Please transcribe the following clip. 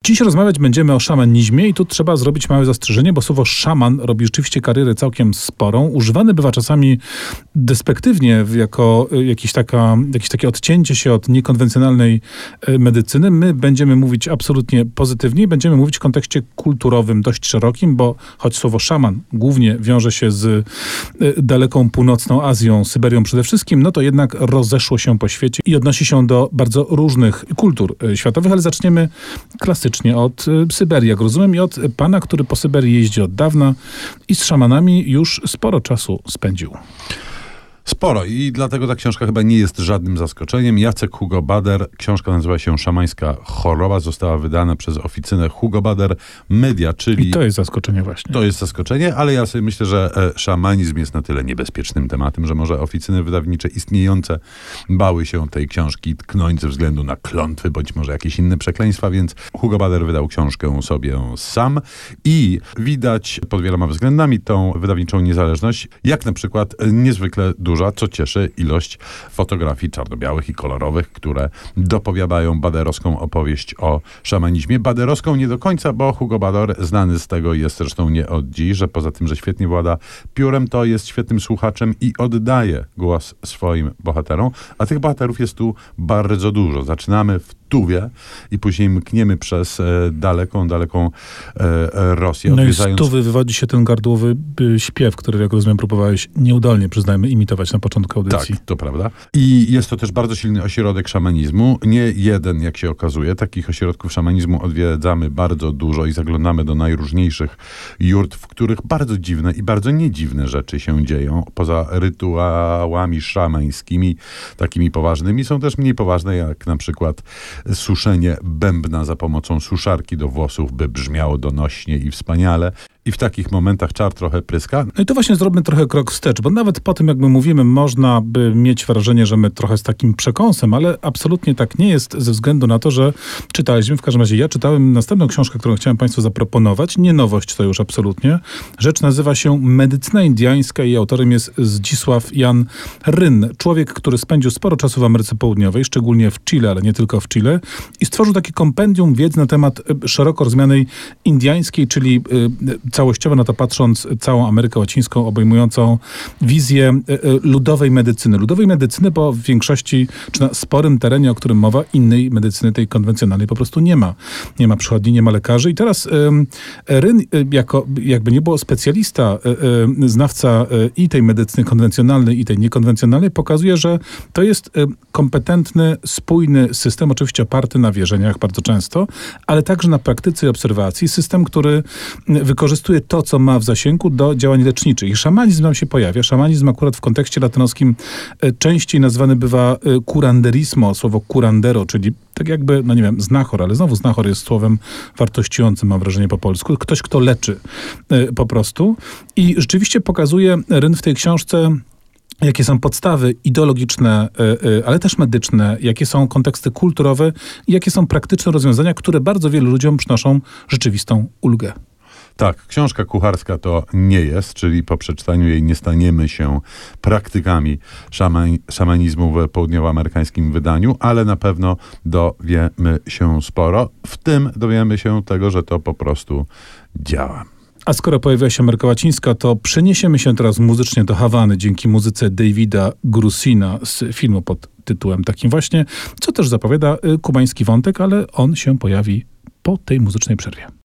Dziś rozmawiać będziemy o szamanizmie i tu trzeba zrobić małe zastrzeżenie, bo słowo szaman robi rzeczywiście karierę całkiem sporą. Używane bywa czasami despektywnie jako jakieś takie odcięcie się od niekonwencjonalnej medycyny. My będziemy mówić absolutnie pozytywnie i będziemy mówić w kontekście kulturowym dość szerokim, bo choć słowo szaman głównie wiąże się z daleką północną Azją, Syberią przede wszystkim, no to jednak rozeszło się po świecie i odnosi się do bardzo różnych kultur światowych, ale zaczniemy klasycznie od Syberii, jak rozumiem, i od pana, który po Syberii jeździ od dawna i z szamanami już sporo czasu spędził. Sporo i dlatego ta książka chyba nie jest żadnym zaskoczeniem. Jacek Hugo Bader, książka nazywa się Szamańska choroba, została wydana przez oficynę Hugo Bader Media, czyli... I to jest zaskoczenie właśnie. To jest zaskoczenie, ale ja sobie myślę, że szamanizm jest na tyle niebezpiecznym tematem, że może oficyny wydawnicze istniejące bały się tej książki tknąć ze względu na klątwy, bądź może jakieś inne przekleństwa, więc Hugo Bader wydał książkę sobie sam i widać pod wieloma względami tą wydawniczą niezależność, jak na przykład niezwykle duża, co cieszy, ilość fotografii czarno-białych i kolorowych, które dopowiadają baderowską opowieść o szamanizmie. Baderowską nie do końca, bo Hugo Bader znany z tego jest zresztą nie od dziś, że poza tym, że świetnie włada piórem, to jest świetnym słuchaczem i oddaje głos swoim bohaterom, a tych bohaterów jest tu bardzo dużo. Zaczynamy w Tuwie i później mkniemy przez daleką Rosję. No i z Tuwy wywodzi się ten gardłowy śpiew, który, jak rozumiem, próbowałeś nieudolnie, przyznajmy, imitować na początku audycji. Tak, to prawda. I jest to też bardzo silny ośrodek szamanizmu. Nie jeden, jak się okazuje. Takich ośrodków szamanizmu odwiedzamy bardzo dużo i zaglądamy do najróżniejszych jurt, w których bardzo dziwne i bardzo niedziwne rzeczy się dzieją. Poza rytuałami szamańskimi, takimi poważnymi, są też mniej poważne, jak na przykład suszenie bębna za pomocą suszarki do włosów, by brzmiało donośnie i wspaniale. I w takich momentach czar trochę pryska. No i to właśnie zrobimy trochę krok wstecz, bo nawet po tym, jak my mówimy, można by mieć wrażenie, że my trochę z takim przekąsem, ale absolutnie tak nie jest ze względu na to, że czytaliśmy, w każdym razie ja czytałem następną książkę, którą chciałem państwu zaproponować. Nie nowość to już absolutnie. Rzecz nazywa się Medycyna Indiańska i autorem jest Zdzisław Jan Ryn. Człowiek, który spędził sporo czasu w Ameryce Południowej, szczególnie w Chile, ale nie tylko w Chile, i stworzył takie kompendium wiedzy na temat szeroko rozumianej indiańskiej, czyli całościowo na to patrząc, całą Amerykę Łacińską, obejmującą wizję ludowej medycyny. Ludowej medycyny, bo w większości, czy na sporym terenie, o którym mowa, innej medycyny, tej konwencjonalnej, po prostu nie ma. Nie ma przychodni, nie ma lekarzy. I teraz Ryn, jakby nie było specjalista, znawca i tej medycyny konwencjonalnej, i tej niekonwencjonalnej, pokazuje, że to jest kompetentny, spójny system, oczywiście oparty na wierzeniach bardzo często, ale także na praktyce i obserwacji. System, który wykorzystuje to, co ma w zasięgu do działań leczniczych. I szamanizm nam się pojawia. Szamanizm akurat w kontekście latynoskim częściej nazwany bywa curanderismo, słowo curandero, czyli tak jakby, no nie wiem, znachor, ale znowu znachor jest słowem wartościującym, mam wrażenie, po polsku. Ktoś, kto leczy po prostu. I rzeczywiście pokazuje Ryn w tej książce, jakie są podstawy ideologiczne, ale też medyczne, jakie są konteksty kulturowe i jakie są praktyczne rozwiązania, które bardzo wielu ludziom przynoszą rzeczywistą ulgę. Tak, książka kucharska to nie jest, czyli po przeczytaniu jej nie staniemy się praktykami szamanizmu w południowoamerykańskim wydaniu, ale na pewno dowiemy się sporo. W tym dowiemy się tego, że to po prostu działa. A skoro pojawiła się Ameryka Łacińska, to przeniesiemy się teraz muzycznie do Hawany dzięki muzyce Davida Grusina z filmu pod tytułem takim właśnie, co też zapowiada kubański wątek, ale on się pojawi po tej muzycznej przerwie.